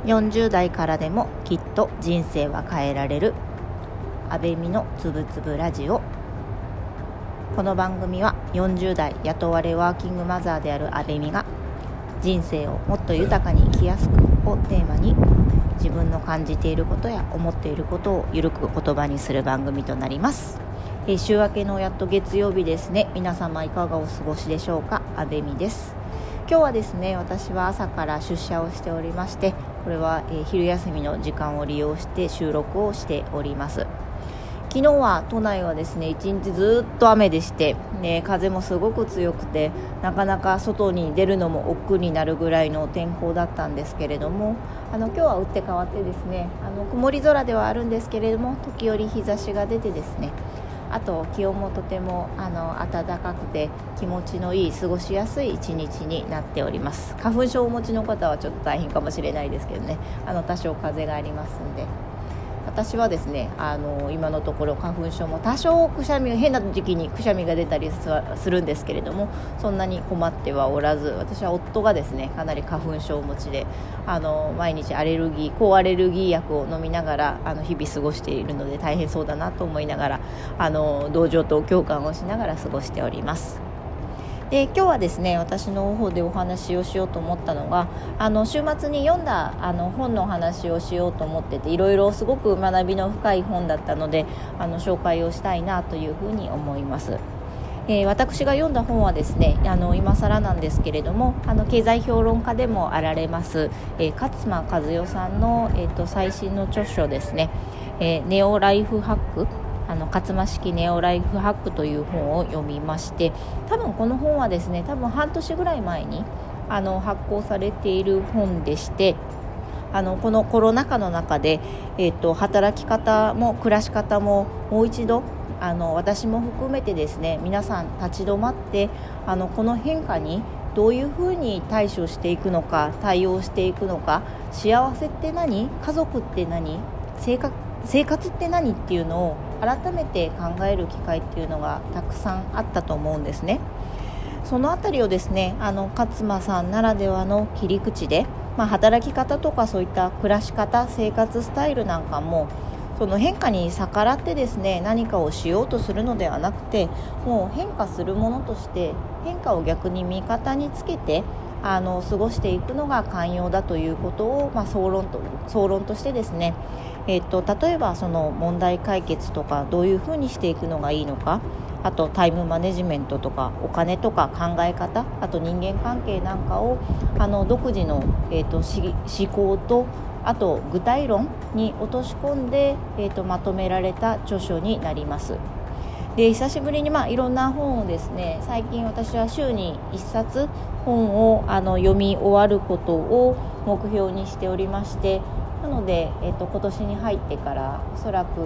40代からでもきっと人生は変えられるあべみのつぶつぶラジオ。この番組は40代雇われワーキングマザーであるあべみが人生をもっと豊かに生きやすくをテーマに自分の感じていることや思っていることをゆるく言葉にする番組となります。週明けのやっと月曜日ですね。皆様いかがお過ごしでしょうか。あべみです。今日はですね、私は朝から出社をしておりまして、これは昼休みの時間を利用して収録をしております。昨日は都内はですね、一日ずっと雨でして、風もすごく強くて、なかなか外に出るのも億劫になるぐらいの天候だったんですけれども、今日は打って変わってですね、曇り空ではあるんですけれども、時折日差しが出てですね、あと気温もとても暖かくて気持ちのいい過ごしやすい一日になっております。花粉症をお持ちの方はちょっと大変かもしれないですけどね、多少風がありますので、私はですね今のところ花粉症も多少くしゃみ、変な時期にくしゃみが出たりするんですけれども、そんなに困ってはおらず、私は夫がですねかなり花粉症をお持ちで毎日抗アレルギー薬を飲みながら日々過ごしているので、大変そうだなと思いながら同情と共感をしながら過ごしております。で、今日はですね、私の方でお話をしようと思ったのが、週末に読んだ本のお話をしようと思ってて、いろいろすごく学びの深い本だったので紹介をしたいなというふうに思います。私が読んだ本はですね、今更なんですけれども、経済評論家でもあられます、勝間和代さんの、最新の著書ですね、ネオライフハック、勝間式ネオライフハックという本を読みまして、多分この本はですね、半年ぐらい前に発行されている本でして、このコロナ禍の中で、働き方も暮らし方ももう一度私も含めてですね、皆さん立ち止まってこの変化にどういうふうに対処していくのか、対応していくのか、幸せって何、家族って何、生活って何っていうのを改めて考える機会っていうのがたくさんあったと思うんですね。そのあたりをですね、勝間さんならではの切り口で、働き方とかそういった暮らし方、生活スタイルなんかもその変化に逆らってですね、何かをしようとするのではなくて、もう変化するものとして変化を逆に味方につけて過ごしていくのが寛容だということを、総論としてですね、例えばその問題解決とかどういうふうにしていくのがいいのか、あとタイムマネジメントとかお金とか考え方、あと人間関係なんかを独自の、思考とあと具体論に落とし込んで、まとめられた著書になります。で、久しぶりにいろんな本をですね、最近私は週に1冊本を読み終わることを目標にしておりまして、なので、今年に入ってからおそらく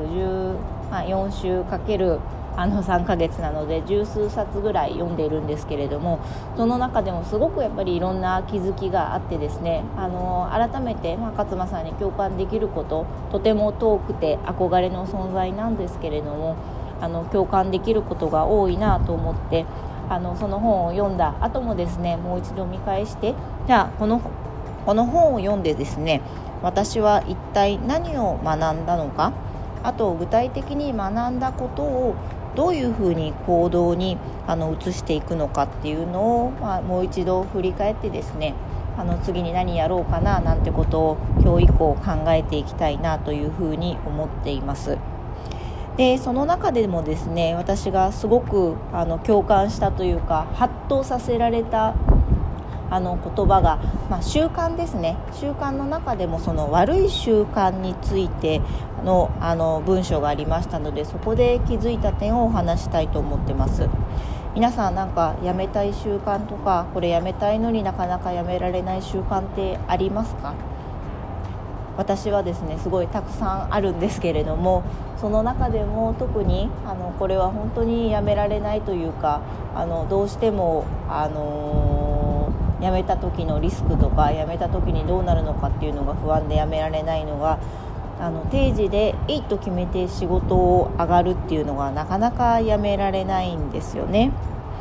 14週かける3ヶ月なので十数冊ぐらい読んでいるんですけれども、その中でもすごくやっぱりいろんな気づきがあってですね、改めて、勝間さんに共感できること、とても遠くて憧れの存在なんですけれども、共感できることが多いなと思って、その本を読んだ後もですね、もう一度見返して、じゃあこの本を読んでですね、私は一体何を学んだのか、あと具体的に学んだことをどういうふうに行動に移していくのかっていうのを、もう一度振り返ってですね、次に何やろうかななんてことを今日以降考えていきたいなというふうに思っています。で、その中でもですね、私がすごく共感したというか、ハッとさせられた言葉が、習慣ですね。習慣の中でもその悪い習慣についての文章がありましたので、そこで気づいた点をお話したいと思ってます。皆さん、なんかやめたい習慣とか、これやめたいのになかなかやめられない習慣ってありますか？私はですね、すごいたくさんあるんですけれども、その中でも特にこれは本当にやめられないというか、どうしてもやめた時のリスクとか、やめた時にどうなるのかっていうのが不安でやめられないのが、定時でいいと決めて仕事を上がるっていうのがなかなかやめられないんですよね。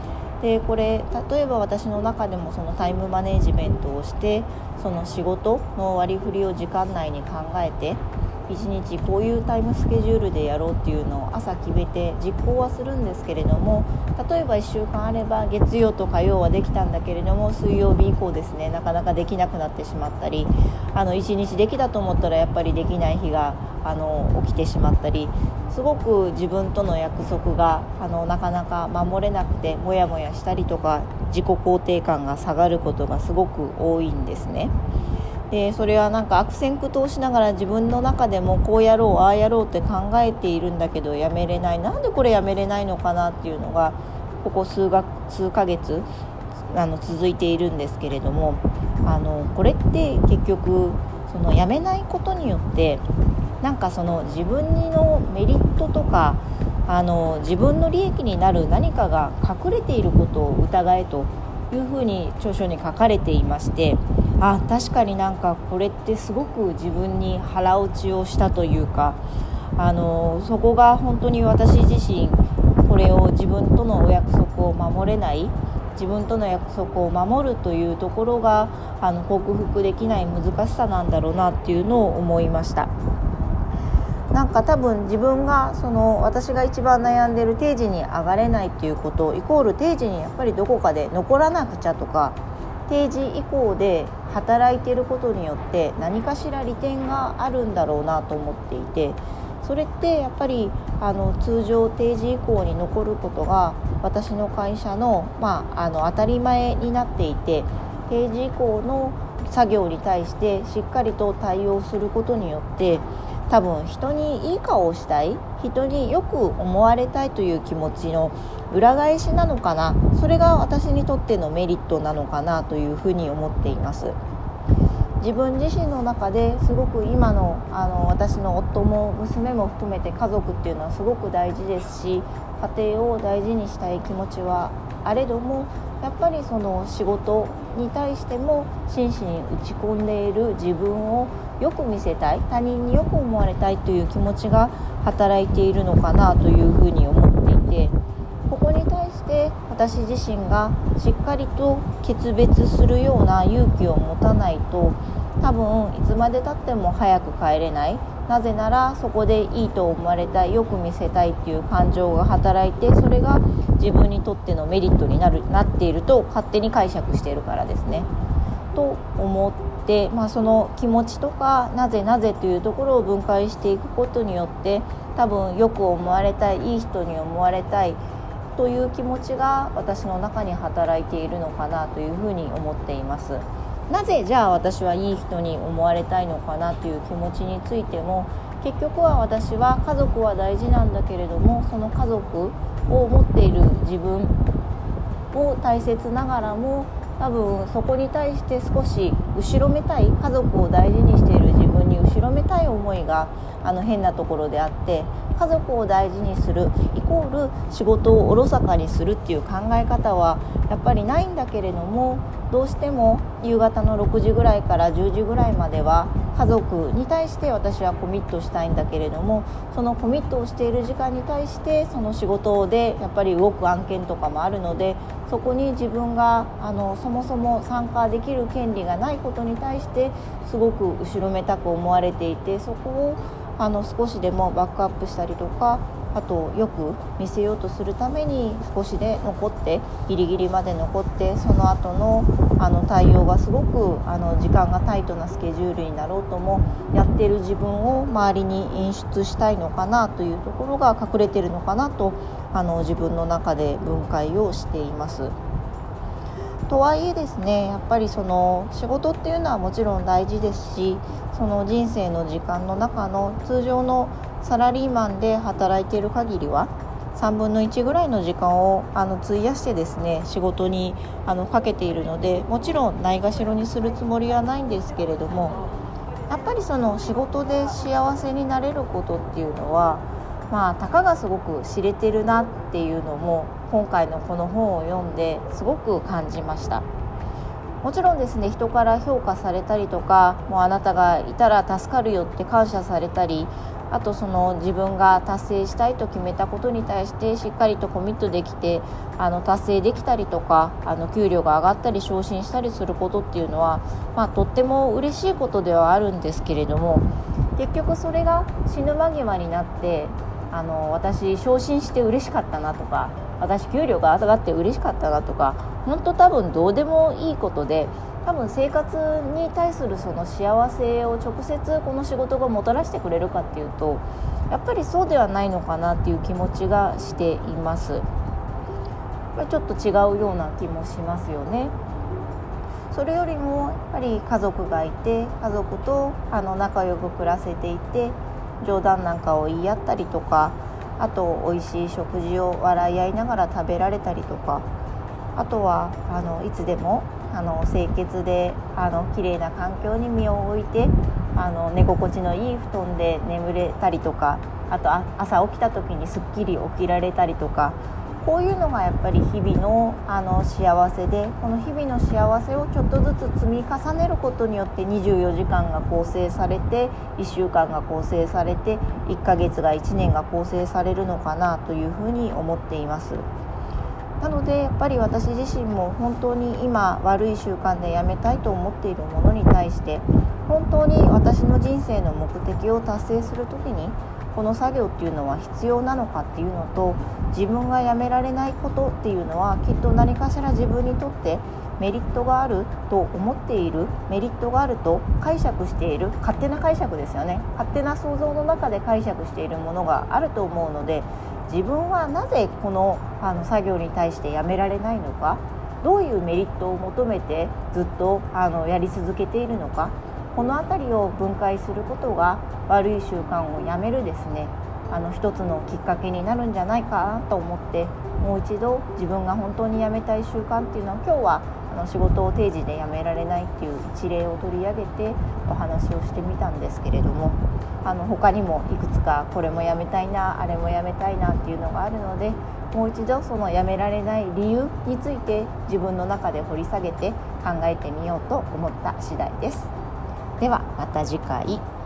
でこれ例えば私の中でもそのタイムマネジメントをして、その仕事の割り振りを時間内に考えて、1日こういうタイムスケジュールでやろうっていうのを朝決めて実行はするんですけれども、例えば1週間あれば月曜と火曜はできたんだけれども、水曜日以降ですね、なかなかできなくなってしまったり、1日できたと思ったらやっぱりできない日が起きてしまったり、すごく自分との約束がなかなか守れなくてモヤモヤしたりとか、自己肯定感が下がることがすごく多いんですね。でそれはなんか悪戦苦闘しながら自分の中でもこうやろうああやろうって考えているんだけどやめれない、なんでこれやめれないのかなっていうのがここ数ヶ月続いているんですけれども、これって結局そのやめないことによってなんかその自分のメリットとか自分の利益になる何かが隠れていることを疑えというふうに著書に書かれていまして、確かになんかこれってすごく自分に腹落ちをしたというか、そこが本当に私自身これを自分とのお約束を守れない、自分との約束を守るというところが克服できない難しさなんだろうなっていうのを思いました。なんか多分自分が私が一番悩んでる定時に上がれないっていうことイコール定時にやっぱりどこかで残らなくちゃとか、定時以降で働いていることによって何かしら利点があるんだろうなと思っていて、それってやっぱり通常定時以降に残ることが私の会社の、当たり前になっていて、定時以降の作業に対してしっかりと対応することによって多分人にいい顔をしたい、人によく思われたいという気持ちの裏返しなのかな、それが私にとってのメリットなのかなというふうに思っています。自分自身の中ですごく今の私の夫も娘も含めて家族っていうのはすごく大事ですし、家庭を大事にしたい気持ちはあれども、やっぱりその仕事に対しても真摯に打ち込んでいる自分をよく見せたい、他人によく思われたいという気持ちが働いているのかなというふうに思っていて、ここに対して私自身がしっかりと決別するような勇気を持たないと、多分いつまで経っても早く帰れない。なぜならそこでいいと思われたい、よく見せたいっていう感情が働いて、それが自分にとってのメリットになっていると勝手に解釈しているからですねと思って、その気持ちとかなぜというところを分解していくことによって、多分よく思われたい、いい人に思われたいという気持ちが私の中に働いているのかなというふうに思っています。なぜじゃあ私はいい人に思われたいのかなという気持ちについても、結局は私は家族は大事なんだけれども、その家族を持っている自分を大切ながらも、多分そこに対して少し後ろめたい、家族を大事にしている自分に後ろめたい思いが変なところであって、家族を大事にするイコール仕事をおろそかにするっていう考え方はやっぱりないんだけれども、どうしても夕方の6時ぐらいから10時ぐらいまでは家族に対して私はコミットしたいんだけれども、そのコミットをしている時間に対してその仕事でやっぱり動く案件とかもあるので、そこに自分がそもそも参加できる権利がないことに対してすごく後ろめたく思われていて、そこを少しでもバックアップしたりとか、あとよく見せようとするために少しで残ってギリギリまで残って、その後の対応がすごく時間がタイトなスケジュールになろうともやっている自分を周りに演出したいのかなというところが隠れているのかなと自分の中で分解をしています。とはいえですね、やっぱりその仕事っていうのはもちろん大事ですし、その人生の時間の中の通常のサラリーマンで働いている限りは3分の1ぐらいの時間を費やしてですね仕事にかけているので、もちろんないがしろにするつもりはないんですけれども、やっぱりその仕事で幸せになれることっていうのはたかがすごく知れてるなっていうのも今回のこの本を読んですごく感じました。もちろんですね、人から評価されたりとか、もうあなたがいたら助かるよって感謝されたり、 あとその自分が達成したいと決めたことに対してしっかりとコミットできて達成できたりとか給料が上がったり昇進したりすることっていうのは、とっても嬉しいことではあるんですけれども、結局それが死ぬ間際になって私昇進して嬉しかったなとか、私給料が上がって嬉しかったなとか、本当多分どうでもいいことで、多分生活に対するその幸せを直接この仕事がもたらしてくれるかっていうと、やっぱりそうではないのかなっていう気持ちがしています。ちょっと違うような気もしますよね。それよりもやっぱり家族がいて、家族と仲良く暮らせていて、冗談なんかを言い合ったりとか、あと美味しい食事を笑い合いながら食べられたりとか、あとはいつでも清潔で綺麗な環境に身を置いて寝心地のいい布団で眠れたりとか、あと朝起きた時にすっきり起きられたりとか、こういうのがやっぱり日々の幸せで、この日々の幸せをちょっとずつ積み重ねることによって24時間が構成されて、1週間が構成されて、1ヶ月が1年が構成されるのかなというふうに思っています。なのでやっぱり私自身も本当に今悪い習慣でやめたいと思っているものに対して、本当に私の人生の目的を達成するときにこの作業っていうのは必要なのかっていうのと、自分がやめられないことっていうのはきっと何かしら自分にとってメリットがあると思っている、メリットがあると解釈している、勝手な解釈ですよね。勝手な想像の中で解釈しているものがあると思うので、自分はなぜこの作業に対してやめられないのか、どういうメリットを求めてずっとやり続けているのか、このあたりを分解することが悪い習慣をやめるですね、一つのきっかけになるんじゃないかなと思って、もう一度自分が本当にやめたい習慣っていうのは、今日は仕事を定時でやめられないっていう一例を取り上げてお話をしてみたんですけれども、他にもいくつかこれもやめたいな、あれもやめたいなっていうのがあるので、もう一度そのやめられない理由について自分の中で掘り下げて考えてみようと思った次第です。ではまた次回。